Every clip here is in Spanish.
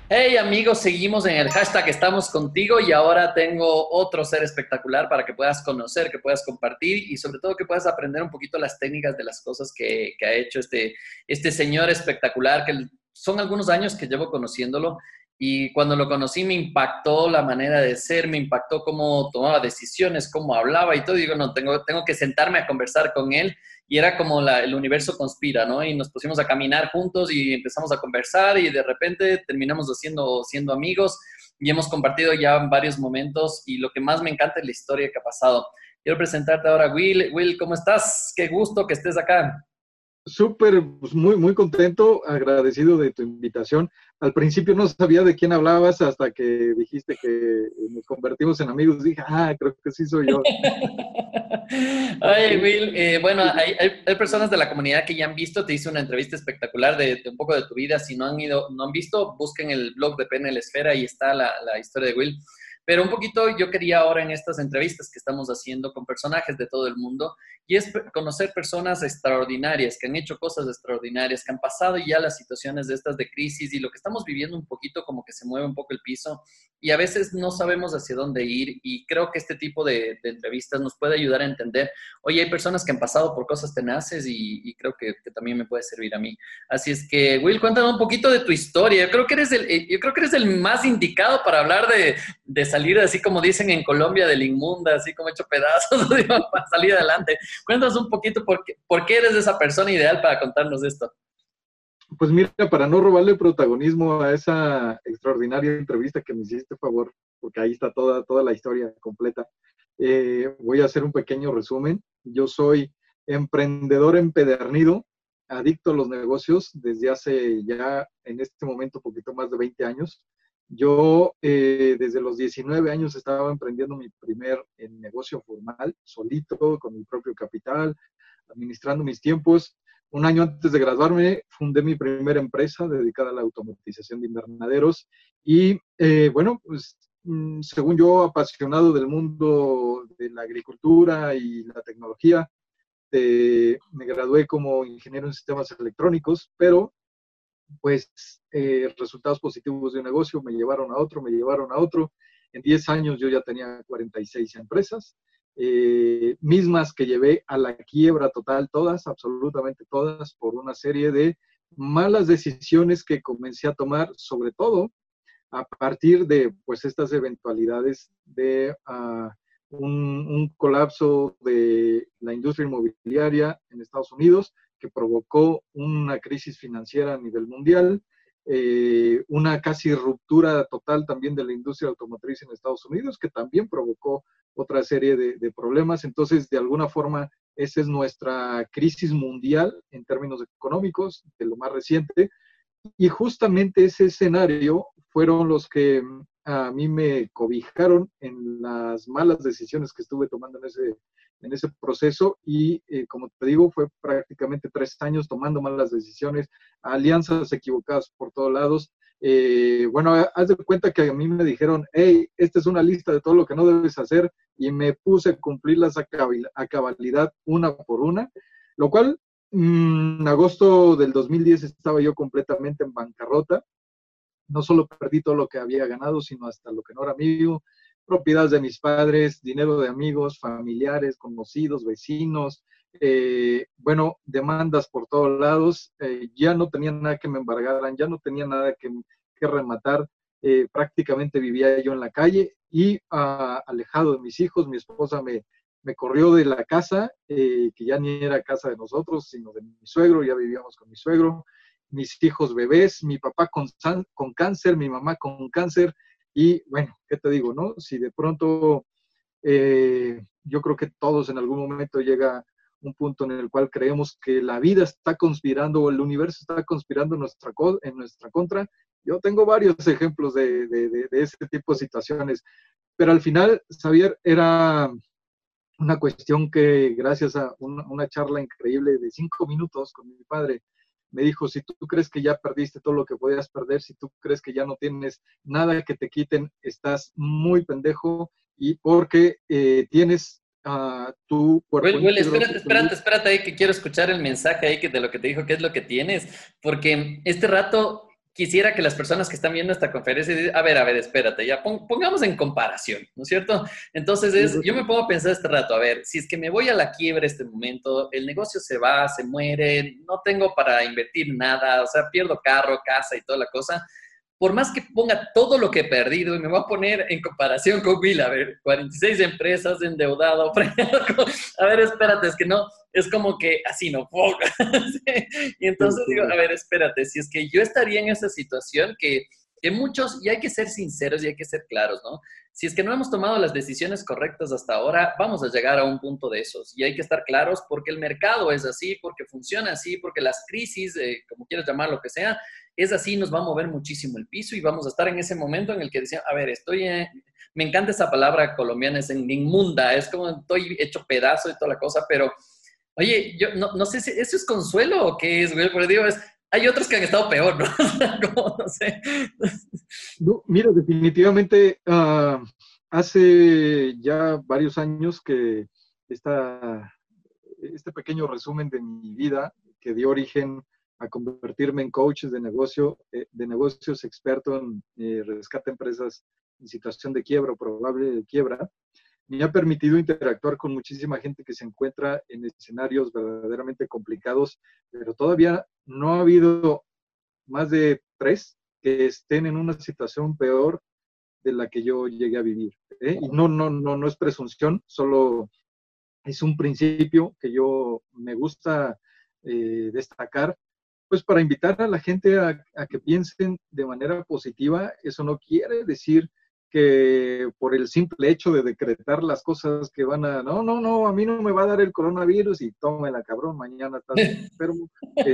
Hey amigos, seguimos en el hashtag Estamos Contigo y ahora tengo otro ser espectacular para que puedas conocer, que puedas compartir y sobre todo que puedas aprender un poquito las técnicas de las cosas que ha hecho este señor espectacular, que son algunos años que llevo conociéndolo y cuando lo conocí me impactó la manera de ser, me impactó cómo tomaba decisiones, cómo hablaba y todo. Y digo, no, tengo que sentarme a conversar con él y era como el universo conspira, ¿no? Y nos pusimos a caminar juntos y empezamos a conversar y de repente terminamos siendo amigos y hemos compartido ya varios momentos y lo que más me encanta es la historia que ha pasado. Quiero presentarte ahora a Will. Will, ¿cómo estás? Qué gusto que estés acá. Súper, pues muy contento, agradecido de tu invitación. Al principio no sabía de quién hablabas hasta que dijiste que nos convertimos en amigos. Dije, creo que sí soy yo. Ay, Sí, Will, bueno, sí, hay personas de la comunidad que ya han visto, te hice una entrevista espectacular de un poco de tu vida. Si no han visto, busquen el blog de PNL Esfera y está la historia de Will. Pero un poquito yo quería ahora en estas entrevistas que estamos haciendo con personajes de todo el mundo, y es conocer personas extraordinarias, que han hecho cosas extraordinarias, que han pasado ya las situaciones de estas de crisis y lo que estamos viviendo un poquito como que se mueve un poco el piso y a veces no sabemos hacia dónde ir y creo que este tipo de entrevistas nos puede ayudar a entender, oye, hay personas que han pasado por cosas tenaces y creo que también me puede servir a mí. Así es que, Will, cuéntame un poquito de tu historia. Yo creo que eres el más indicado para hablar de salir, así como dicen en Colombia, del inmunda, así como hecho pedazos, digo, para salir adelante. Cuéntanos un poquito por qué eres esa persona ideal para contarnos esto. pues mira, para no robarle protagonismo a esa extraordinaria entrevista que me hiciste, favor, porque ahí está toda la historia completa, voy a hacer un pequeño resumen. Yo soy emprendedor empedernido, adicto a los negocios desde hace ya, en este momento, poquito más de 20 años. Yo desde los 19 años estaba emprendiendo mi primer negocio formal, solito, con mi propio capital, administrando mis tiempos. Un año antes de graduarme, fundé mi primera empresa dedicada a la automatización de invernaderos y bueno, pues según yo, apasionado del mundo de la agricultura y la tecnología, me gradué como ingeniero en sistemas electrónicos, pero pues resultados positivos de un negocio me llevaron a otro, me llevaron a otro. En 10 años yo ya tenía 46 empresas, mismas que llevé a la quiebra total, todas, absolutamente todas, por una serie de malas decisiones que comencé a tomar, sobre todo a partir de pues estas eventualidades de un colapso de la industria inmobiliaria en Estados Unidos que provocó una crisis financiera a nivel mundial, una casi ruptura total también de la industria automotriz en Estados Unidos, que también provocó otra serie de problemas. Entonces, de alguna forma, esa es nuestra crisis mundial en términos económicos, de lo más reciente, y justamente ese escenario fueron los que a mí me cobijaron en las malas decisiones que estuve tomando en ese proceso y como te digo, fue prácticamente 3 años tomando malas decisiones, alianzas equivocadas por todos lados. Bueno, haz de cuenta que a mí me dijeron, hey, esta es una lista de todo lo que no debes hacer y me puse a cumplirlas a cabalidad una por una, lo cual en agosto del 2010 estaba yo completamente en bancarrota. No solo perdí todo lo que había ganado, sino hasta lo que no era mío, propiedades de mis padres, dinero de amigos, familiares, conocidos, vecinos, bueno, demandas por todos lados. Ya no tenía nada que me embargaran, ya no tenía nada que rematar. Prácticamente vivía yo en la calle y alejado de mis hijos. Mi esposa me corrió de la casa, que ya ni era casa de nosotros, sino de mi suegro, ya vivíamos con mi suegro, mis hijos bebés, mi papá con cáncer, mi mamá con cáncer, y bueno, ¿qué te digo, no? Si de pronto yo creo que todos en algún momento llega un punto en el cual creemos que la vida está conspirando o el universo está conspirando en nuestra contra. Yo tengo varios ejemplos de ese tipo de situaciones, pero al final, Xavier, era una cuestión que gracias a una charla increíble de 5 minutos con mi padre, me dijo, si tú crees que ya perdiste todo lo que podías perder, si tú crees que ya no tienes nada que te quiten, estás muy pendejo y porque tienes tu cuerpo Will, íntegro, tu salud. espérate ahí que quiero escuchar el mensaje ahí que de lo que te dijo, qué es lo que tienes, porque este rato quisiera que las personas que están viendo esta conferencia digan, a ver, espérate, ya pongamos en comparación, ¿no es cierto? Entonces, yo me pongo a pensar este rato, a ver, si es que me voy a la quiebra este momento, el negocio se va, se muere, no tengo para invertir nada, o sea, pierdo carro, casa y toda la cosa. Por más que ponga todo lo que he perdido, y me voy a poner en comparación con Will, a ver, 46 empresas, endeudado, a ver, espérate, es que no, es como que así no puedo. Y Sí, entonces digo, a claro. ver, espérate, si es que yo estaría en esa situación que muchos, y hay que ser sinceros y hay que ser claros, ¿no? Si es que no hemos tomado las decisiones correctas hasta ahora, vamos a llegar a un punto de esos. Y hay que estar claros porque el mercado es así, porque funciona así, porque las crisis, como quieras llamar lo que sea, es así, nos va a mover muchísimo el piso y vamos a estar en ese momento en el que decían, a ver, me encanta esa palabra colombiana, es en inmunda, es como estoy hecho pedazo y toda la cosa, pero oye, yo no sé si eso es consuelo o qué es, güey, pero digo, hay otros que han estado peor, ¿no? O sea, como, no sé. No, mira, definitivamente hace ya varios años que este pequeño resumen de mi vida que dio origen a convertirme en coach de negocios experto en rescate de empresas en situación de quiebra o probable de quiebra, me ha permitido interactuar con muchísima gente que se encuentra en escenarios verdaderamente complicados, pero todavía no ha habido más de 3 que estén en una situación peor de la que yo llegué a vivir. Y no es presunción, solo es un principio que yo me gusta destacar, pues para invitar a la gente a que piensen de manera positiva. Eso no quiere decir que por el simple hecho de decretar las cosas que van a, no, a mí no me va a dar el coronavirus y tómela, cabrón, mañana estás enfermo.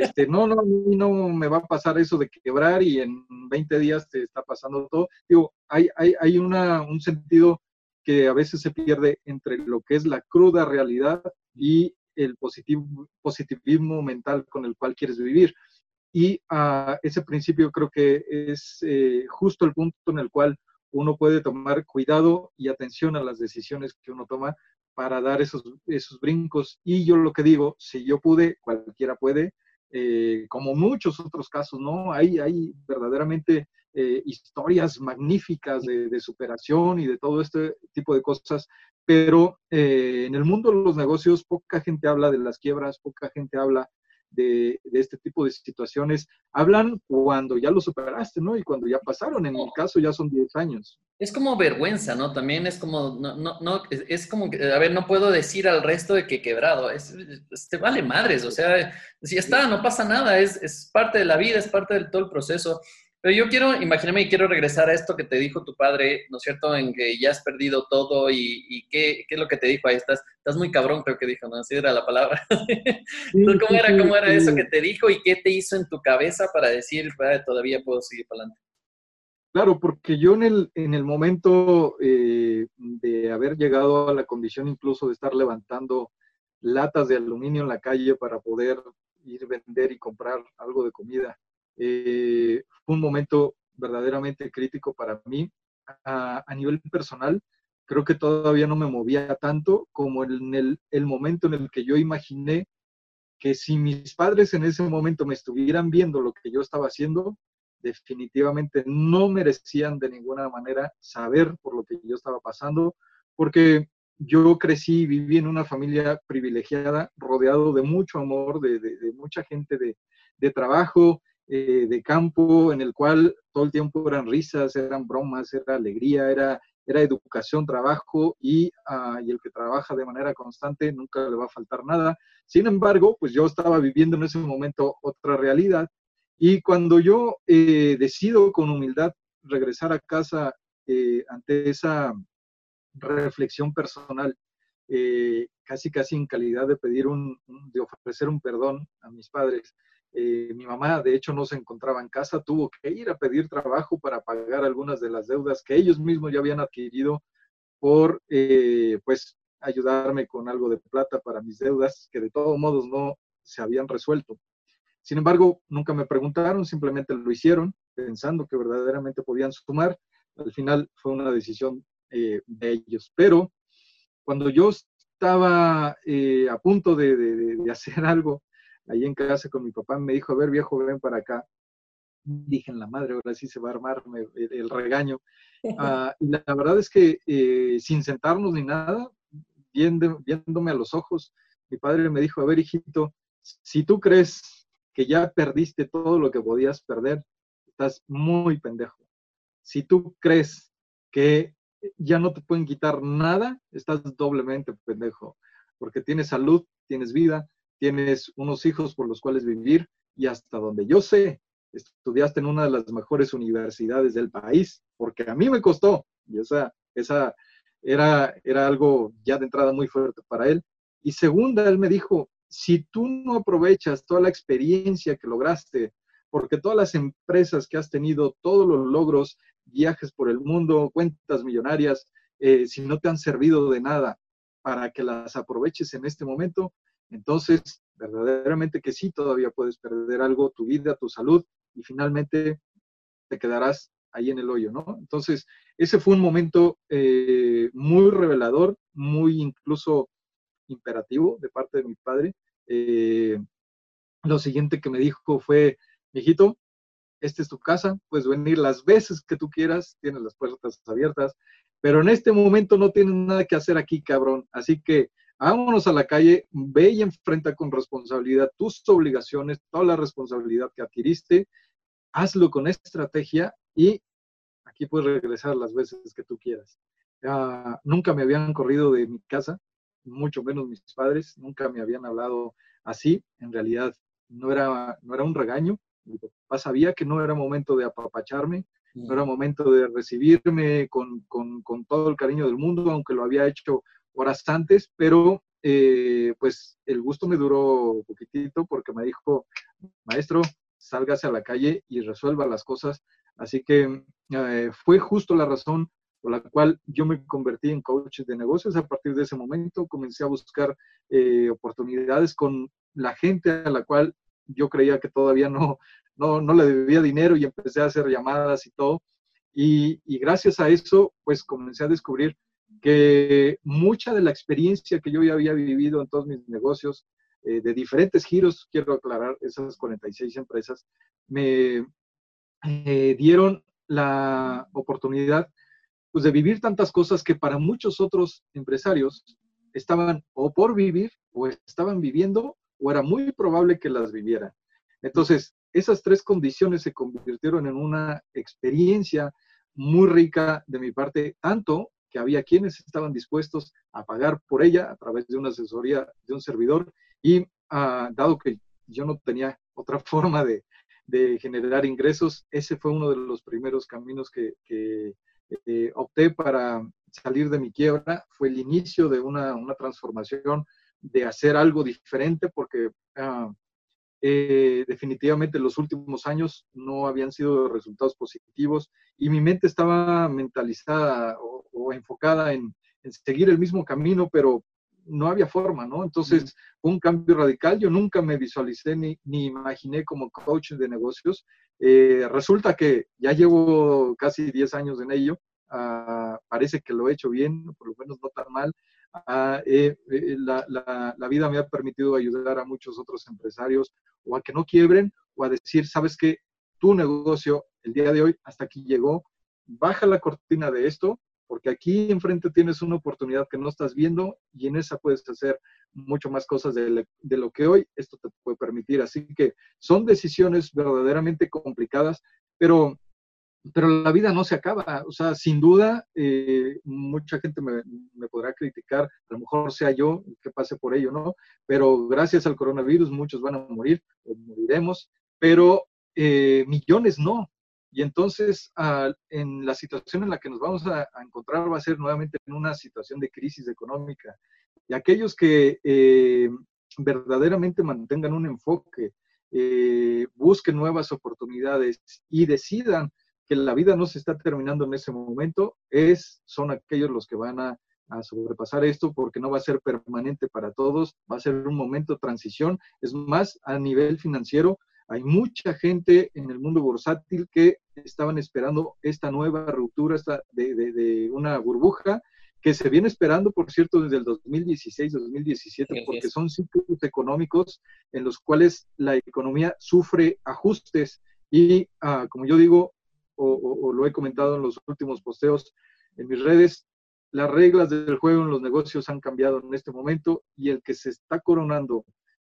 A mí no me va a pasar eso de quebrar y en 20 días te está pasando todo. Digo, hay un sentido que a veces se pierde entre lo que es la cruda realidad y el positivismo mental con el cual quieres vivir. Y ese principio creo que es justo el punto en el cual uno puede tomar cuidado y atención a las decisiones que uno toma para dar esos brincos. Y yo lo que digo, si yo pude, cualquiera puede, como muchos otros casos, ¿no? Hay verdaderamente historias magníficas de superación y de todo este tipo de cosas, pero en el mundo de los negocios poca gente habla de las quiebras, poca gente habla de este tipo de situaciones. Hablan cuando ya lo superaste, ¿no? Y cuando ya pasaron, en mi caso ya son 10 años. Es como vergüenza, ¿no? También es como, es como que, a ver, no puedo decir al resto de que he quebrado, te vale madres, o sea, si ya está, no pasa nada, es parte de la vida, es parte de todo el proceso. Pero yo quiero, imagíname, y quiero regresar a esto que te dijo tu padre, ¿no es cierto? En que ya has perdido todo y qué es lo que te dijo ahí, estás muy cabrón, creo que dijo, ¿no? Así era la palabra. Sí, Entonces, sí, cómo sí. era eso que te dijo y qué te hizo en tu cabeza para decir, "Ah, todavía puedo seguir para adelante"? Claro, porque yo en el momento de haber llegado a la condición incluso de estar levantando latas de aluminio en la calle para poder ir a vender y comprar algo de comida, fue un momento verdaderamente crítico para mí. A nivel personal, creo que todavía no me movía tanto como en el momento en el que yo imaginé que si mis padres en ese momento me estuvieran viendo lo que yo estaba haciendo, definitivamente no merecían de ninguna manera saber por lo que yo estaba pasando, porque yo crecí, viví en una familia privilegiada, rodeado de mucho amor, de mucha gente de trabajo, de campo, en el cual todo el tiempo eran risas, eran bromas, era alegría, era educación, trabajo y el que trabaja de manera constante nunca le va a faltar nada. Sin embargo, pues yo estaba viviendo en ese momento otra realidad y cuando yo decido con humildad regresar a casa ante esa reflexión personal, casi en calidad de de ofrecer un perdón a mis padres. Mi mamá, de hecho, no se encontraba en casa, tuvo que ir a pedir trabajo para pagar algunas de las deudas que ellos mismos ya habían adquirido por, pues, ayudarme con algo de plata para mis deudas, que de todos modos no se habían resuelto. Sin embargo, nunca me preguntaron, simplemente lo hicieron, pensando que verdaderamente podían sumar. Al final fue una decisión de ellos. Pero cuando yo estaba a punto de hacer algo ahí en casa con mi papá, me dijo, a ver viejo, ven para acá. Dije, en la madre, ahora sí se va a armar el regaño. Y la verdad es que sin sentarnos ni nada, viéndome a los ojos, mi padre me dijo, a ver, hijito, si tú crees que ya perdiste todo lo que podías perder, estás muy pendejo. Si tú crees que ya no te pueden quitar nada, estás doblemente pendejo, porque tienes salud, tienes vida, tienes unos hijos por los cuales vivir y hasta donde yo sé, estudiaste en una de las mejores universidades del país, porque a mí me costó, y esa era algo ya de entrada muy fuerte para él. Y segunda, él me dijo, si tú no aprovechas toda la experiencia que lograste, porque todas las empresas que has tenido, todos los logros, viajes por el mundo, cuentas millonarias, si no te han servido de nada para que las aproveches en este momento, entonces verdaderamente que sí, todavía puedes perder algo, tu vida, tu salud, y finalmente te quedarás ahí en el hoyo, ¿no? Entonces, ese fue un momento muy revelador, muy incluso imperativo de parte de mi padre. Lo siguiente que me dijo fue, mijito, esta es tu casa, puedes venir las veces que tú quieras, tienes las puertas abiertas, pero en este momento no tienes nada que hacer aquí, cabrón. Así que vámonos a la calle, ve y enfrenta con responsabilidad tus obligaciones, toda la responsabilidad que adquiriste, hazlo con estrategia y aquí puedes regresar las veces que tú quieras. Nunca me habían corrido de mi casa, mucho menos mis padres, nunca me habían hablado así. En realidad no era un regaño. Mi papá sabía que no era momento de apapacharme, no era momento de recibirme con todo el cariño del mundo, aunque lo había hecho horas antes, pero pues el gusto me duró poquitito porque me dijo, maestro, sálgase a la calle y resuelva las cosas. Así que fue justo la razón por la cual yo me convertí en coach de negocios. A partir de ese momento comencé a buscar oportunidades con la gente a la cual yo creía que todavía no le debía dinero y empecé a hacer llamadas y todo. Y gracias a eso, pues comencé a descubrir que mucha de la experiencia que yo ya había vivido en todos mis negocios, de diferentes giros, quiero aclarar, esas 46 empresas, me dieron la oportunidad pues, de vivir tantas cosas que para muchos otros empresarios estaban o por vivir, o estaban viviendo, o era muy probable que las vivieran. Entonces, esas tres condiciones se convirtieron en una experiencia muy rica de mi parte, tanto que había quienes estaban dispuestos a pagar por ella a través de una asesoría de un servidor y dado que yo no tenía otra forma de generar ingresos, ese fue uno de los primeros caminos que opté para salir de mi quiebra. Fue el inicio de una transformación, de hacer algo diferente, porque definitivamente los últimos años no habían sido resultados positivos y mi mente estaba mentalizada o enfocada en seguir el mismo camino, pero no había forma, ¿no? Entonces fue un cambio radical. Yo nunca me visualicé ni imaginé como coach de negocios. Resulta que ya llevo casi 10 años en ello. Parece que lo he hecho bien, por lo menos no tan mal. La vida me ha permitido ayudar a muchos otros empresarios o a que no quiebren o a decir, sabes que tu negocio el día de hoy hasta aquí llegó, baja la cortina de esto, porque aquí enfrente tienes una oportunidad que no estás viendo y en esa puedes hacer mucho más cosas de lo que hoy esto te puede permitir. Así que son decisiones verdaderamente complicadas, pero la vida no se acaba. O sea, sin duda, mucha gente me podrá criticar, a lo mejor sea yo el que pase por ello, ¿no? Pero gracias al coronavirus muchos van a morir o moriremos, pero millones no. Y entonces, en la situación en la que nos vamos a encontrar va a ser nuevamente en una situación de crisis económica. Y aquellos que verdaderamente mantengan un enfoque, busquen nuevas oportunidades y decidan que la vida no se está terminando en ese momento, son aquellos los que van a sobrepasar esto, porque no va a ser permanente para todos, va a ser un momento de transición. Es más, a nivel financiero, hay mucha gente en el mundo bursátil que estaban esperando esta nueva ruptura de una burbuja que se viene esperando, por cierto, desde el 2016, 2017, porque son ciclos económicos en los cuales la economía sufre ajustes Y como yo digo, o lo he comentado en los últimos posteos en mis redes, las reglas del juego en los negocios han cambiado en este momento y el que se está coronando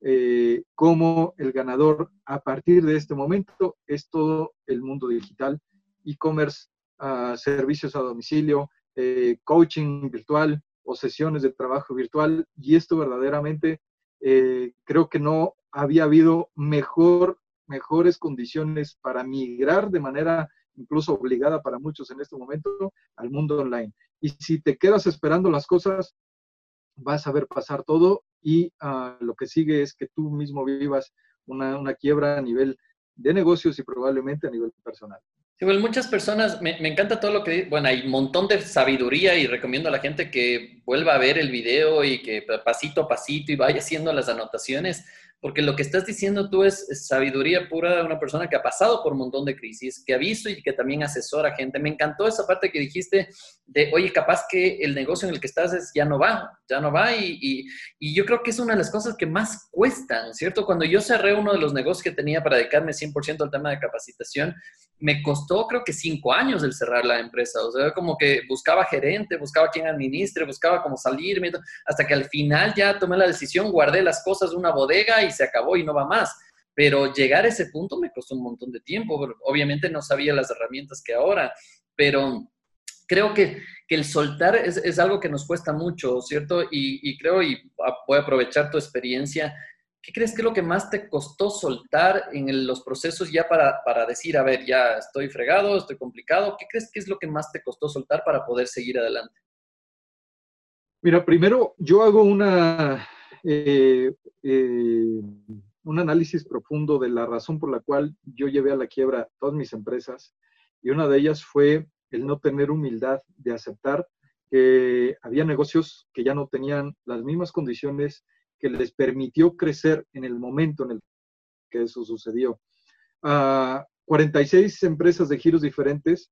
como el ganador a partir de este momento es todo el mundo digital, e-commerce, servicios a domicilio, coaching virtual o sesiones de trabajo virtual, y esto verdaderamente creo que no había habido mejores condiciones para migrar de manera incluso obligada para muchos en este momento al mundo online. Y si te quedas esperando las cosas, vas a ver pasar todo y lo que sigue es que tú mismo vivas una quiebra a nivel de negocios y probablemente a nivel personal. Sí, bueno, muchas personas, me encanta todo lo que, bueno, hay un montón de sabiduría y recomiendo a la gente que vuelva a ver el video y que pasito a pasito y vaya haciendo las anotaciones, porque lo que estás diciendo tú es sabiduría pura de una persona que ha pasado por un montón de crisis, que ha visto y que también asesora gente. Me encantó esa parte que dijiste de, oye, capaz que el negocio en el que estás ya no va y yo creo que es una de las cosas que más cuestan, ¿cierto? Cuando yo cerré uno de los negocios que tenía para dedicarme 100% al tema de capacitación, me costó creo que 5 años el cerrar la empresa, o sea, como que buscaba gerente, buscaba quien administre, buscaba cómo salirme, hasta que al final ya tomé la decisión, guardé las cosas en una bodega y se acabó y no va más. Pero llegar a ese punto me costó un montón de tiempo, obviamente no sabía las herramientas que ahora, pero creo que el soltar es algo que nos cuesta mucho, ¿cierto? Y creo, y voy a aprovechar tu experiencia, ¿qué crees que es lo que más te costó soltar en los procesos ya para decir, a ver, ya estoy fregado, estoy complicado? ¿Qué crees que es lo que más te costó soltar para poder seguir adelante? Mira, primero yo hago eh, eh, un análisis profundo de la razón por la cual yo llevé a la quiebra todas mis empresas y una de ellas fue el no tener humildad de aceptar que había negocios que ya no tenían las mismas condiciones que les permitió crecer en el momento en el que eso sucedió. 46 empresas de giros diferentes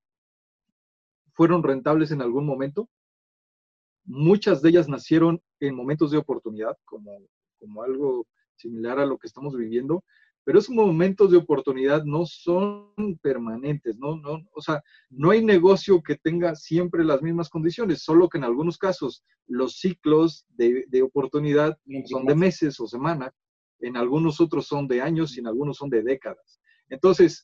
fueron rentables en algún momento. Muchas de ellas nacieron en momentos de oportunidad, como algo similar a lo que estamos viviendo, pero esos momentos de oportunidad no son permanentes, o sea, no hay negocio que tenga siempre las mismas condiciones, solo que en algunos casos los ciclos de oportunidad son de meses o semanas, en algunos otros son de años y en algunos son de décadas. Entonces,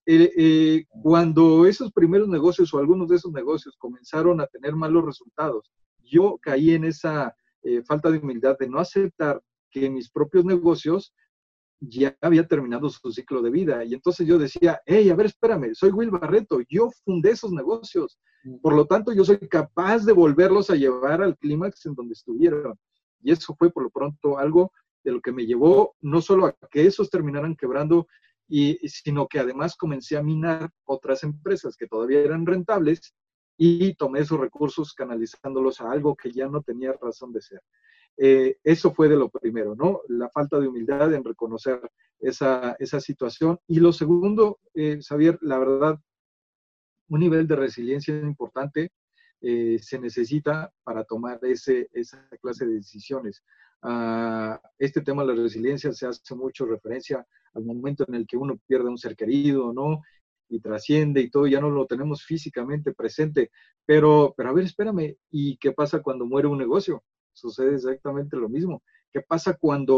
cuando esos primeros negocios o algunos de esos negocios comenzaron a tener malos resultados, yo caí en esa falta de humildad de no aceptar que mis propios negocios ya había terminado su ciclo de vida. Y entonces yo decía, hey, a ver, espérame, soy Will Barreto, yo fundé esos negocios. Por lo tanto, yo soy capaz de volverlos a llevar al clímax en donde estuvieron. Y eso fue por lo pronto algo de lo que me llevó no solo a que esos terminaran quebrando, sino que además comencé a minar otras empresas que todavía eran rentables y tomé esos recursos canalizándolos a algo que ya no tenía razón de ser. Eso fue de lo primero, ¿no? La falta de humildad en reconocer esa situación. Y lo segundo, Xavier, la verdad, un nivel de resiliencia importante se necesita para tomar esa clase de decisiones. Este tema de la resiliencia se hace mucho referencia al momento en el que uno pierde un ser querido, ¿no? Y trasciende y todo, ya no lo tenemos físicamente presente, pero a ver, espérame, ¿y qué pasa cuando muere un negocio? Sucede exactamente lo mismo. ¿Qué pasa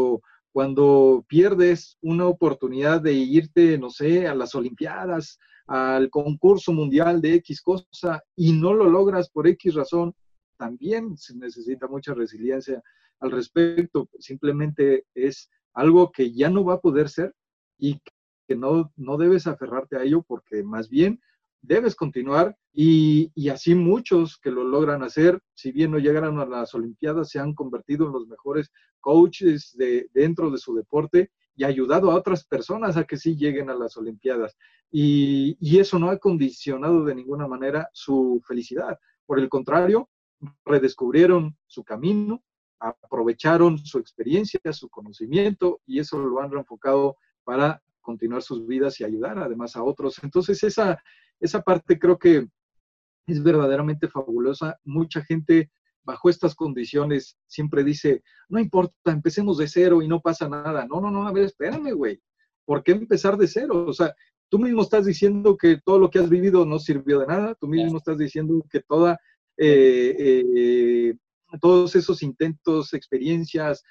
cuando pierdes una oportunidad de irte, no sé, a las Olimpiadas, al concurso mundial de X cosa y no lo logras por X razón? También se necesita mucha resiliencia al respecto. Simplemente es algo que ya no va a poder ser y que no debes aferrarte a ello porque más bien debes continuar y así muchos que lo logran hacer, si bien no llegaron a las Olimpiadas, se han convertido en los mejores coaches dentro de su deporte y ayudado a otras personas a que sí lleguen a las Olimpiadas. Y eso no ha condicionado de ninguna manera su felicidad. Por el contrario, redescubrieron su camino, aprovecharon su experiencia, su conocimiento y eso lo han reenfocado para continuar sus vidas y ayudar además a otros. Entonces esa parte creo que es verdaderamente fabulosa. Mucha gente bajo estas condiciones siempre dice, no importa, empecemos de cero y no pasa nada. No, a ver, espérame, güey. ¿Por qué empezar de cero? O sea, tú mismo estás diciendo que todo lo que has vivido no sirvió de nada, tú mismo estás diciendo que todos esos intentos, experiencias,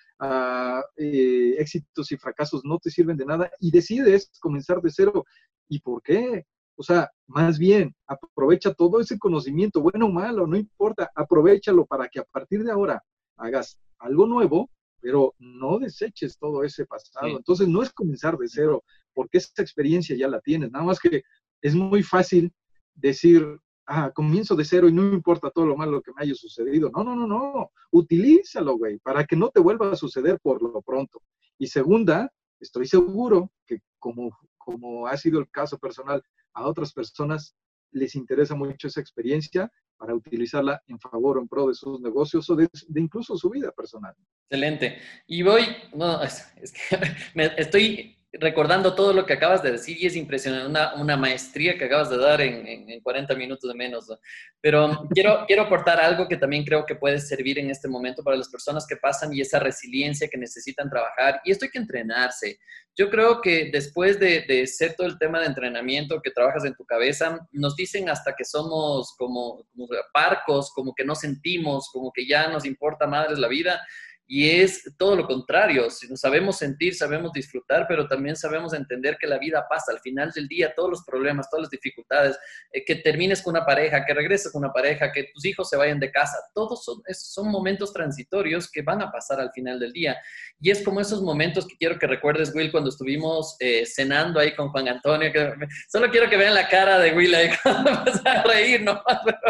éxitos y fracasos no te sirven de nada y decides comenzar de cero. ¿Y por qué? O sea, más bien, aprovecha todo ese conocimiento, bueno o malo, no importa, aprovéchalo para que a partir de ahora hagas algo nuevo, pero no deseches todo ese pasado. Entonces, no es comenzar de cero, porque esa experiencia ya la tienes. Nada más que es muy fácil decir, comienzo de cero y no me importa todo lo malo que me haya sucedido. No, no, no, no. Utilízalo, güey, para que no te vuelva a suceder por lo pronto. Y segunda, estoy seguro que como ha sido el caso personal, a otras personas les interesa mucho esa experiencia para utilizarla en favor o en pro de sus negocios o de incluso su vida personal. Excelente. Y voy, no, es que estoy recordando todo lo que acabas de decir y es impresionante, una maestría que acabas de dar en 40 minutos de menos, ¿no? Pero quiero aportar algo que también creo que puede servir en este momento para las personas que pasan y esa resiliencia que necesitan trabajar. Y esto hay que entrenarse. Yo creo que después de ser todo el tema de entrenamiento que trabajas en tu cabeza, nos dicen hasta que somos como parcos, como que no sentimos, como que ya nos importa madres la vida. Y es todo lo contrario, si nos sabemos sentir, sabemos disfrutar, pero también sabemos entender que la vida pasa. Al final del día, todos los problemas, todas las dificultades, que termines con una pareja, que regreses con una pareja, que tus hijos se vayan de casa, todos son momentos transitorios que van a pasar al final del día. Y es como esos momentos que quiero que recuerdes, Will, cuando estuvimos cenando ahí con Juan Antonio. Solo quiero que vean la cara de Will ahí cuando empezó a reír, ¿no?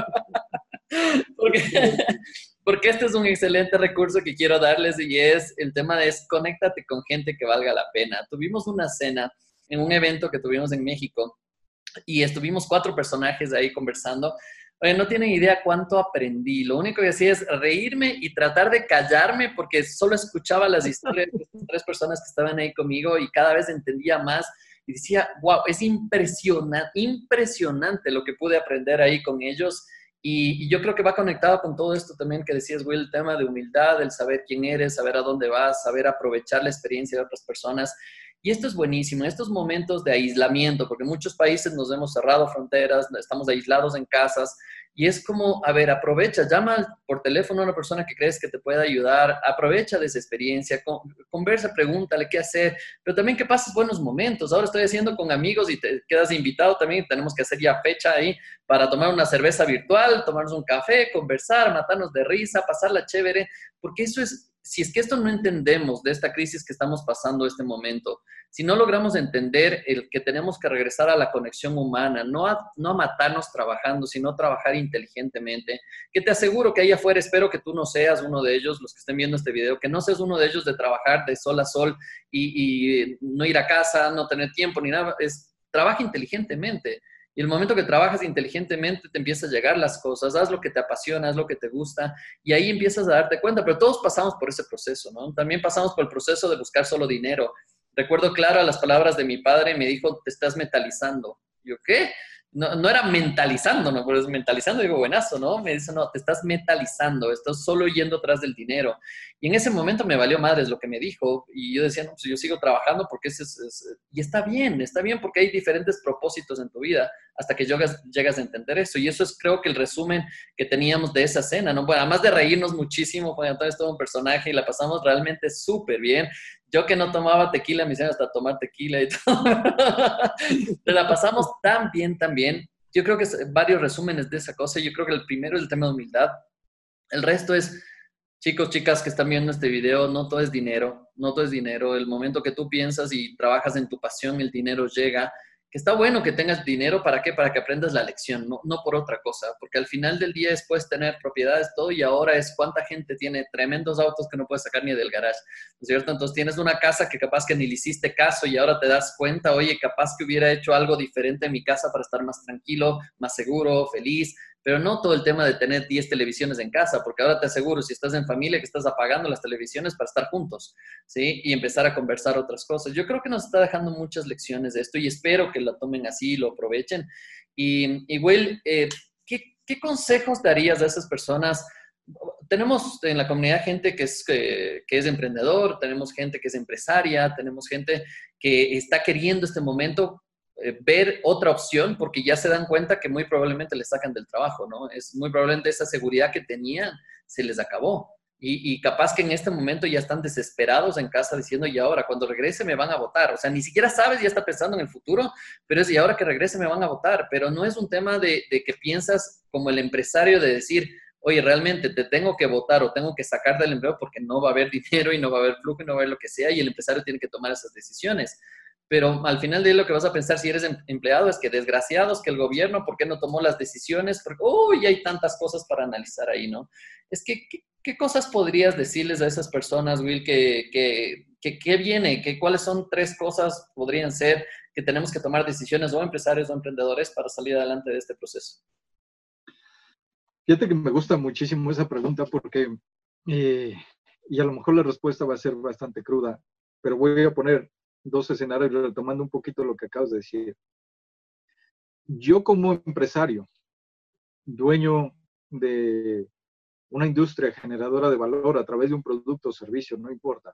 Porque, porque este es un excelente recurso que quiero darles y es el tema de conéctate con gente que valga la pena. Tuvimos una cena en un evento que tuvimos en México y estuvimos 4 personajes ahí conversando. Oye, no tienen idea cuánto aprendí. Lo único que hacía es reírme y tratar de callarme porque solo escuchaba las historias de estas 3 personas que estaban ahí conmigo y cada vez entendía más y decía, wow, es impresionante lo que pude aprender ahí con ellos. Y yo creo que va conectado con todo esto también que decías, Will, el tema de humildad, el saber quién eres, saber a dónde vas, saber aprovechar la experiencia de otras personas. Y esto es buenísimo, estos momentos de aislamiento, porque en muchos países nos hemos cerrado fronteras, estamos aislados en casas, y es como, a ver, aprovecha, llama por teléfono a una persona que crees que te pueda ayudar, aprovecha de esa experiencia, conversa, pregúntale qué hacer, pero también que pases buenos momentos. Ahora estoy haciendo con amigos y te quedas invitado también, tenemos que hacer ya fecha ahí para tomar una cerveza virtual, tomarnos un café, conversar, matarnos de risa, pasarla chévere, porque eso es, si es que esto no entendemos de esta crisis que estamos pasando este momento, si no logramos entender el que tenemos que regresar a la conexión humana, no a matarnos trabajando, sino trabajar inteligentemente, que te aseguro que ahí afuera, espero que tú no seas uno de ellos, los que estén viendo este video, que no seas uno de ellos de trabajar de sol a sol y no ir a casa, no tener tiempo ni nada, trabaja inteligentemente. Y el momento que trabajas inteligentemente te empiezan a llegar las cosas, haz lo que te apasiona, haz lo que te gusta y ahí empiezas a darte cuenta, pero todos pasamos por ese proceso, ¿no? También pasamos por el proceso de buscar solo dinero. Recuerdo claro las palabras de mi padre, me dijo, te estás metalizando. Yo, ¿qué? No era mentalizando, ¿no? Pero es mentalizando, digo, buenazo, ¿no? Me dice, no, te estás metalizando, estás solo yendo atrás del dinero. Y en ese momento me valió madres lo que me dijo y yo decía, no, pues yo sigo trabajando porque y está bien porque hay diferentes propósitos en tu vida hasta que llegas a entender eso. Y eso es creo que el resumen que teníamos de esa cena, ¿no? Bueno, además de reírnos muchísimo, Juan Antonio es todo un personaje y la pasamos realmente súper bien. Yo que no tomaba tequila, me hicieron hasta tomar tequila y todo. Te la pasamos tan bien, tan bien. Yo creo que es varios resúmenes de esa cosa. Yo creo que el primero es el tema de humildad. El resto es, chicos, chicas que están viendo este video, no todo es dinero, no todo es dinero. El momento que tú piensas y trabajas en tu pasión, el dinero llega. Que está bueno que tengas dinero, ¿para qué? Para que aprendas la lección, no por otra cosa, porque al final del día es puedes tener propiedades, todo, y ahora es cuánta gente tiene tremendos autos que no puedes sacar ni del garage, ¿no es cierto? Entonces tienes una casa que capaz que ni le hiciste caso y ahora te das cuenta, oye, capaz que hubiera hecho algo diferente en mi casa para estar más tranquilo, más seguro, feliz, pero no todo el tema de tener 10 televisiones en casa, porque ahora te aseguro, si estás en familia, que estás apagando las televisiones para estar juntos, ¿sí? Y empezar a conversar otras cosas. Yo creo que nos está dejando muchas lecciones de esto y espero que lo tomen así y lo aprovechen. Y Will, ¿qué consejos darías a esas personas? Tenemos en la comunidad gente que es emprendedor, tenemos gente que es empresaria, tenemos gente que está queriendo este momento. ver otra opción porque ya se dan cuenta que muy probablemente les sacan del trabajo, ¿no? Es muy probablemente esa seguridad que tenían se les acabó. Y capaz que en este momento ya están desesperados en casa diciendo, y ahora, cuando regrese me van a votar. O sea, ni siquiera sabes, ya está pensando en el futuro, pero es, y ahora que regrese me van a votar. Pero no es un tema de que piensas como el empresario de decir, oye, realmente te tengo que votar o tengo que sacar del empleo porque no va a haber dinero y no va a haber flujo y no va a haber lo que sea, y el empresario tiene que tomar esas decisiones. Pero al final de lo que vas a pensar si eres empleado es que desgraciados que el gobierno, ¿por qué no tomó las decisiones? Porque, uy, hay tantas cosas para analizar ahí, ¿no? Es que, ¿qué cosas podrías decirles a esas personas, Will, que viene? ¿Cuáles son tres cosas podrían ser que tenemos que tomar decisiones o empresarios o emprendedores para salir adelante de este proceso? Fíjate que me gusta muchísimo esa pregunta porque, eh, y a lo mejor la respuesta va a ser bastante cruda, pero voy a poner dos escenarios retomando un poquito lo que acabas de decir. Yo como empresario, dueño de una industria generadora de valor a través de un producto o servicio, no importa.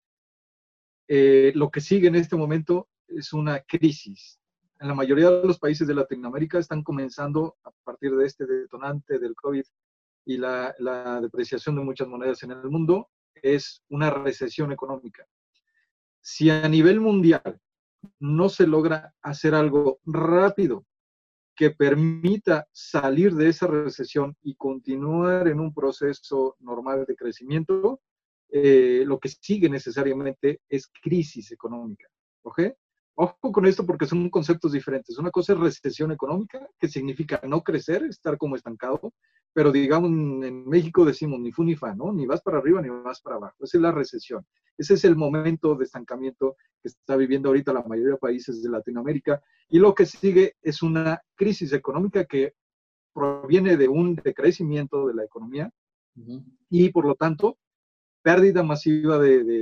Lo que sigue en este momento es una crisis. En la mayoría de los países de Latinoamérica están comenzando, a partir de este detonante del COVID y la depreciación de muchas monedas en el mundo, es una recesión económica. Si a nivel mundial no se logra hacer algo rápido que permita salir de esa recesión y continuar en un proceso normal de crecimiento, lo que sigue necesariamente es crisis económica. ¿Ok? Ojo con esto porque son conceptos diferentes. Una cosa es recesión económica, que significa no crecer, estar como estancado, pero digamos en México decimos ni fu ni fa, ¿no? Ni vas para arriba ni vas para abajo. Esa es la recesión. Ese es el momento de estancamiento que está viviendo ahorita la mayoría de países de Latinoamérica. Y lo que sigue es una crisis económica que proviene de un decrecimiento de la economía y por lo tanto pérdida masiva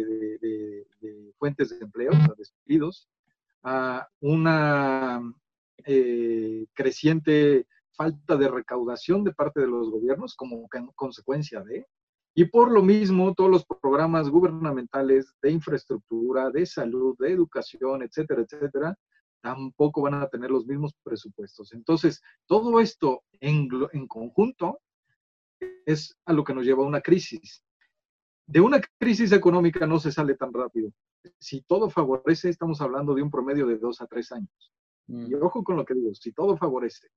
de fuentes de empleo, o sea, despidos, a una creciente falta de recaudación de parte de los gobiernos como consecuencia de, y por lo mismo todos los programas gubernamentales de infraestructura, de salud, de educación, etcétera, etcétera, tampoco van a tener los mismos presupuestos. Entonces, todo esto en conjunto es a lo que nos lleva a una crisis. De una crisis económica no se sale tan rápido. Si todo favorece, estamos hablando de un promedio de 2 a 3 años. Y ojo con lo que digo, si todo favorece.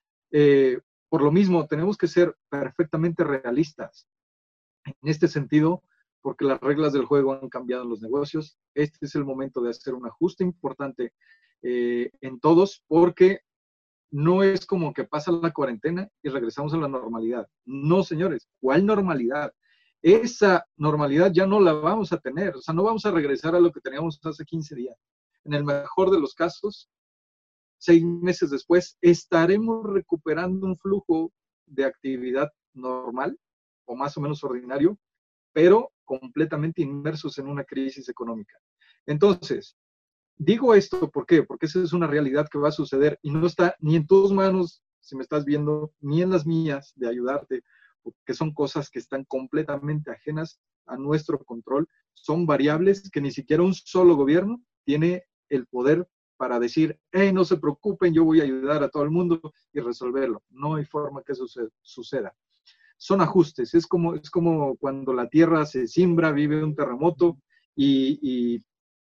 Por lo mismo, tenemos que ser perfectamente realistas en este sentido, porque las reglas del juego han cambiado en los negocios. Este es el momento de hacer un ajuste importante en todos, porque no es como que pasa la cuarentena y regresamos a la normalidad. No, señores, ¿cuál normalidad? Esa normalidad ya no la vamos a tener, o sea, no vamos a regresar a lo que teníamos hace 15 días. En el mejor de los casos, 6 meses después, estaremos recuperando un flujo de actividad normal o más o menos ordinario, pero completamente inmersos en una crisis económica. Entonces, digo esto, ¿por qué? Porque esa es una realidad que va a suceder y no está ni en tus manos, si me estás viendo, ni en las mías de ayudarte, porque son cosas que están completamente ajenas a nuestro control, son variables que ni siquiera un solo gobierno tiene el poder para decir, hey, no se preocupen, yo voy a ayudar a todo el mundo y resolverlo. No hay forma que eso suceda. Son ajustes, es como cuando la tierra se siembra, vive un terremoto y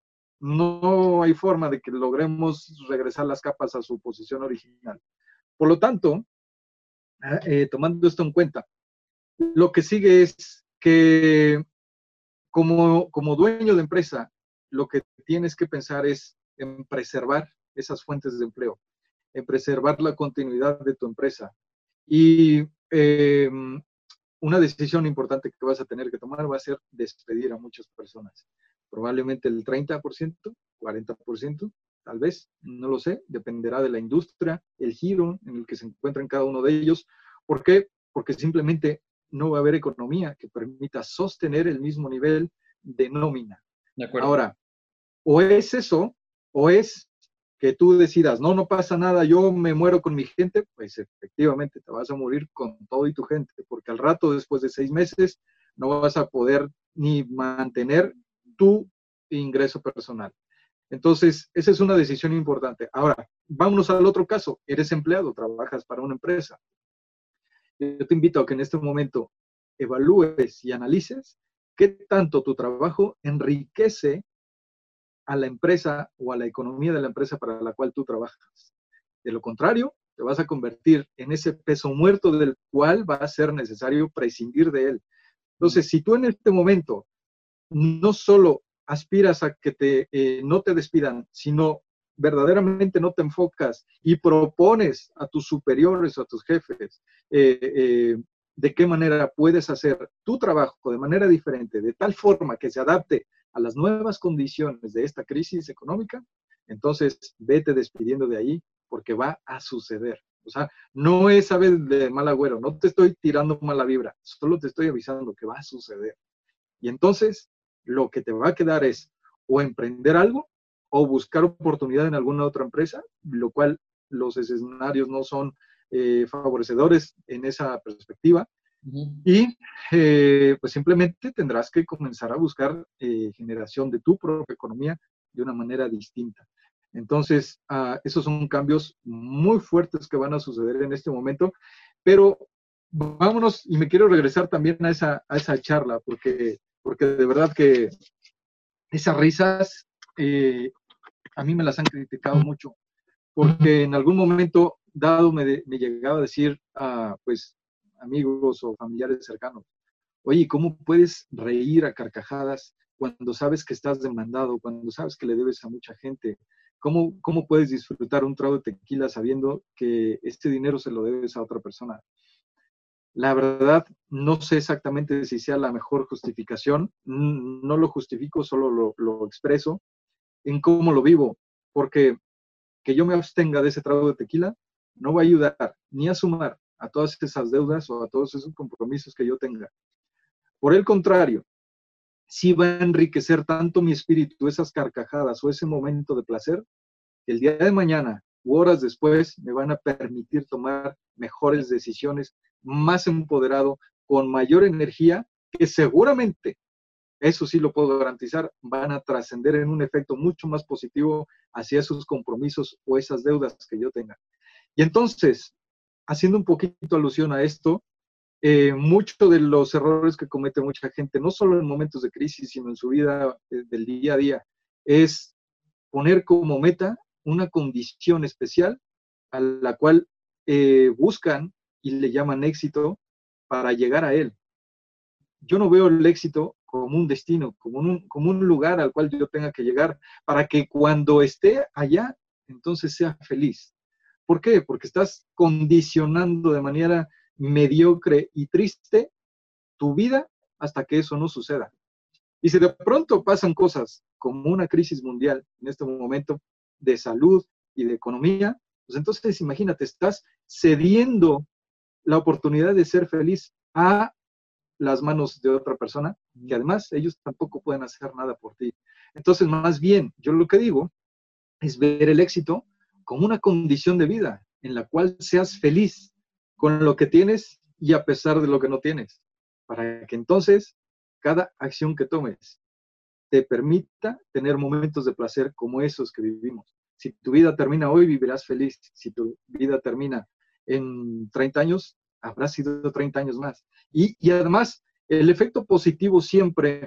no hay forma de que logremos regresar las capas a su posición original. Por lo tanto, tomando esto en cuenta, lo que sigue es que como dueño de empresa, lo que tienes que pensar es en preservar esas fuentes de empleo, en preservar la continuidad de tu empresa. Y una decisión importante que vas a tener que tomar va a ser despedir a muchas personas. Probablemente el 30%, 40%, tal vez, no lo sé, dependerá de la industria, el giro en el que se encuentran cada uno de ellos. ¿Por qué? Porque simplemente no va a haber economía que permita sostener el mismo nivel de nómina. De acuerdo. Ahora, o es eso, o es que tú decidas, no, no pasa nada, yo me muero con mi gente, pues efectivamente te vas a morir con todo y tu gente, porque al rato, después de 6 meses, no vas a poder ni mantener tu ingreso personal. Entonces, esa es una decisión importante. Ahora, vámonos al otro caso. Eres empleado, trabajas para una empresa. Yo te invito a que en este momento evalúes y analices qué tanto tu trabajo enriquece a la empresa o a la economía de la empresa para la cual tú trabajas. De lo contrario, te vas a convertir en ese peso muerto del cual va a ser necesario prescindir de él. Entonces, si tú en este momento no solo aspiras a que no te despidan, sino verdaderamente no te enfocas y propones a tus superiores o a tus jefes de qué manera puedes hacer tu trabajo de manera diferente, de tal forma que se adapte a las nuevas condiciones de esta crisis económica, entonces vete despidiendo de ahí porque va a suceder. O sea, no es saber de mal agüero, no te estoy tirando mala vibra, solo te estoy avisando que va a suceder. Y entonces lo que te va a quedar es o emprender algo o buscar oportunidad en alguna otra empresa, lo cual los escenarios no son favorecedores en esa perspectiva. Y pues simplemente tendrás que comenzar a buscar generación de tu propia economía de una manera distinta. Entonces, esos son cambios muy fuertes que van a suceder en este momento, pero vámonos, y me quiero regresar también a esa charla, porque de verdad que esas risas a mí me las han criticado mucho, porque en algún momento dado me llegaba a decir a pues amigos o familiares cercanos, oye, ¿cómo puedes reír a carcajadas cuando sabes que estás demandado, cuando sabes que le debes a mucha gente? ¿Cómo puedes disfrutar un trago de tequila sabiendo que este dinero se lo debes a otra persona? La verdad, no sé exactamente si sea la mejor justificación, no lo justifico, solo lo expreso en cómo lo vivo, porque que yo me abstenga de ese trago de tequila no va a ayudar ni a sumar a todas esas deudas o a todos esos compromisos que yo tenga. Por el contrario, sí va a enriquecer tanto mi espíritu, esas carcajadas o ese momento de placer, que el día de mañana u horas después me van a permitir tomar mejores decisiones, más empoderado, con mayor energía, que seguramente, eso sí lo puedo garantizar, van a trascender en un efecto mucho más positivo hacia esos compromisos o esas deudas que yo tenga. Y entonces, haciendo un poquito alusión a esto, muchos de los errores que comete mucha gente, no solo en momentos de crisis, sino en su vida del día a día, es poner como meta una condición especial a la cual buscan y le llaman éxito para llegar a él. Yo no veo el éxito como un destino, como un lugar al cual yo tenga que llegar para que cuando esté allá, entonces sea feliz. ¿Por qué? Porque estás condicionando de manera mediocre y triste tu vida hasta que eso no suceda. Y si de pronto pasan cosas como una crisis mundial en este momento de salud y de economía, pues entonces imagínate, estás cediendo la oportunidad de ser feliz a las manos de otra persona, que además ellos tampoco pueden hacer nada por ti. Entonces, más bien, yo lo que digo es ver el éxito como una condición de vida en la cual seas feliz con lo que tienes y a pesar de lo que no tienes, para que entonces cada acción que tomes te permita tener momentos de placer como esos que vivimos. Si tu vida termina hoy, vivirás feliz. Si tu vida termina en 30 años, habrás sido 30 años más. Y además, el efecto positivo siempre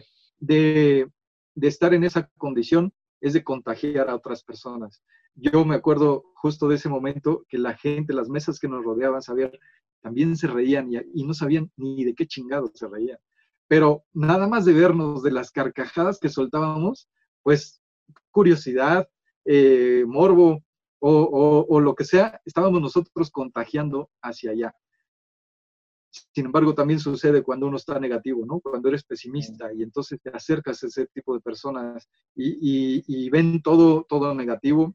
de estar en esa condición es de contagiar a otras personas. Yo me acuerdo justo de ese momento que la gente, las mesas que nos rodeaban, también se reían y no sabían ni de qué chingados se reían. Pero nada más de vernos, de las carcajadas que soltábamos, pues curiosidad, morbo o lo que sea, estábamos nosotros contagiando hacia allá. Sin embargo, también sucede cuando uno está negativo, ¿no? Cuando eres pesimista y entonces te acercas a ese tipo de personas y ven todo negativo,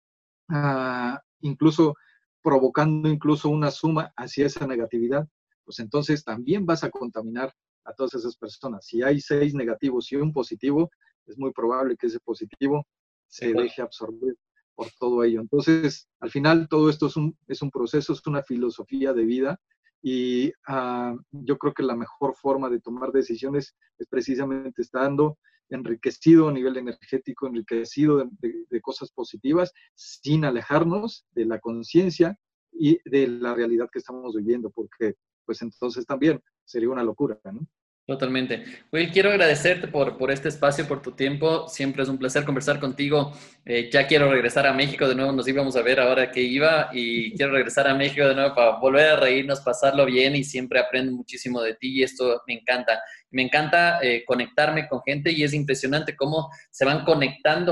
incluso provocando incluso una suma hacia esa negatividad, pues entonces también vas a contaminar a todas esas personas. Si hay 6 negativos y un positivo, es muy probable que ese positivo se deje absorber por todo ello. Entonces, al final, todo esto es un proceso, es una filosofía de vida y yo creo que la mejor forma de tomar decisiones es precisamente estando enriquecido a nivel energético, enriquecido de cosas positivas, sin alejarnos de la conciencia y de la realidad que estamos viviendo, porque pues entonces también sería una locura, ¿no? Totalmente. Will, quiero agradecerte por este espacio, por tu tiempo. Siempre es un placer conversar contigo. Ya quiero regresar a México de nuevo. Nos íbamos a ver ahora que iba y quiero regresar a México de nuevo para volver a reírnos, pasarlo bien y siempre aprendo muchísimo de ti y esto me encanta. Me encanta conectarme con gente y es impresionante cómo se van conectando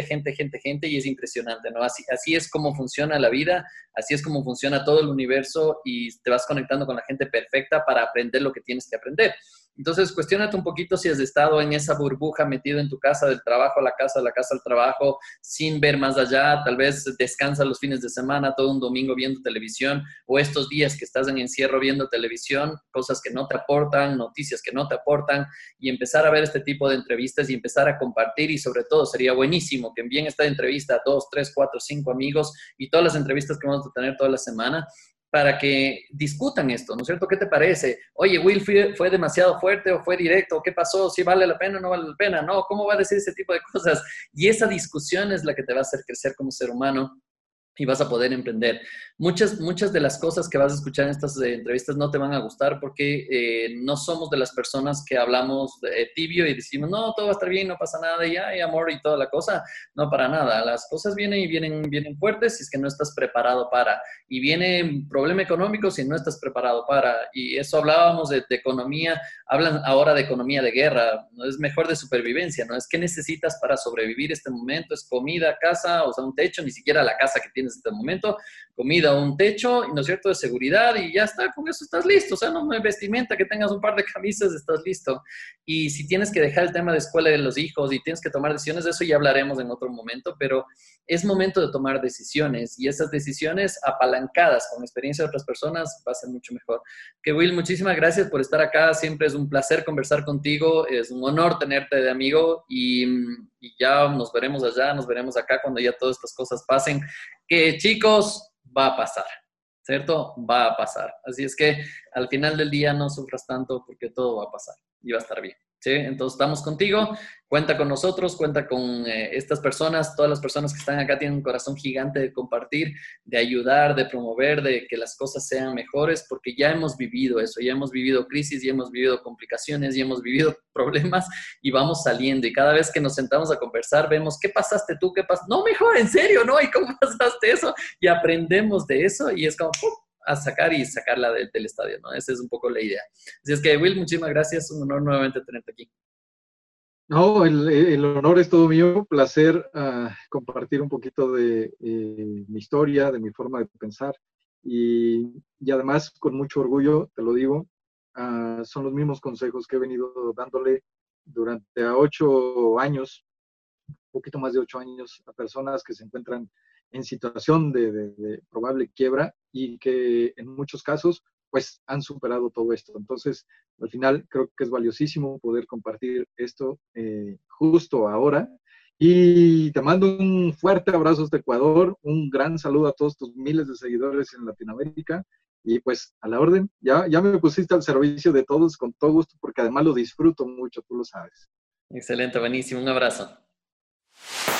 gente y es impresionante, ¿no? Así es como funciona la vida, así es como funciona todo el universo y te vas conectando con la gente perfecta para aprender lo que tienes que aprender. Entonces, cuestiónate un poquito si has estado en esa burbuja metido en tu casa del trabajo a la casa, de la casa al trabajo, sin ver más allá. Tal vez descansa los fines de semana, todo un domingo viendo televisión, o estos días que estás en encierro viendo televisión, cosas que no te aportan, noticias que no te aportan, y empezar a ver este tipo de entrevistas y empezar a compartir. Y sobre todo, sería buenísimo que envíen esta entrevista a 2, 3, 4, 5 amigos y todas las entrevistas que vamos a tener toda la semana para que discutan esto, ¿no es cierto? ¿Qué te parece? Oye, Will, ¿fue demasiado fuerte o fue directo? ¿Qué pasó? ¿Sí vale la pena o no vale la pena? No, ¿cómo va a decir ese tipo de cosas? Y esa discusión es la que te va a hacer crecer como ser humano y vas a poder emprender. Muchas de las cosas que vas a escuchar en estas entrevistas no te van a gustar porque no somos de las personas que hablamos tibio y decimos, no, todo va a estar bien, no pasa nada, y hay amor y toda la cosa. No, para nada. Las cosas vienen y vienen fuertes si es que no estás preparado para. Y viene un problema económico si no estás preparado para. Y eso hablábamos de economía, hablan ahora de economía de guerra, no es mejor de supervivencia, ¿no? Es qué necesitas para sobrevivir este momento, es comida, casa, o sea, un techo, ni siquiera la casa que tienes en este momento, comida, un techo, ¿no es cierto?, de seguridad y ya está, con eso estás listo, o sea, no hay vestimenta, que tengas un par de camisas, estás listo. Y si tienes que dejar el tema de escuela de los hijos y tienes que tomar decisiones, de eso ya hablaremos en otro momento, pero es momento de tomar decisiones y esas decisiones apalancadas con la experiencia de otras personas va a ser mucho mejor. Que Will, muchísimas gracias por estar acá, siempre es un placer conversar contigo, es un honor tenerte de amigo y ya nos veremos allá, nos veremos acá cuando ya todas estas cosas pasen, que chicos, va a pasar, ¿cierto? Va a pasar. Así es que al final del día no sufras tanto porque todo va a pasar y va a estar bien. ¿Sí? Entonces estamos contigo, cuenta con nosotros, cuenta con estas personas, todas las personas que están acá tienen un corazón gigante de compartir, de ayudar, de promover, de que las cosas sean mejores, porque ya hemos vivido eso, ya hemos vivido crisis, ya hemos vivido complicaciones, ya hemos vivido problemas y vamos saliendo. Y cada vez que nos sentamos a conversar, vemos, ¿qué pasaste tú? ¿Qué pasó? No, mejor, en serio, ¿no? ¿Y cómo pasaste eso? Y aprendemos de eso y es como, ¡pum!, a sacar y sacarla del estadio, ¿no? Esa es un poco la idea. Así es que, Will, muchísimas gracias. Un honor nuevamente tenerte aquí. No, el honor es todo mío. Placer compartir un poquito de mi historia, de mi forma de pensar. Y además, con mucho orgullo, te lo digo, son los mismos consejos que he venido dándole durante 8 años, un poquito más de 8 años, a personas que se encuentran en situación de probable quiebra y que en muchos casos pues han superado todo esto. Entonces, al final creo que es valiosísimo poder compartir esto justo ahora. Y te mando un fuerte abrazo hasta Ecuador, un gran saludo a todos tus miles de seguidores en Latinoamérica y pues a la orden, ya me pusiste al servicio de todos con todo gusto porque además lo disfruto mucho, tú lo sabes. Excelente, buenísimo. Un abrazo.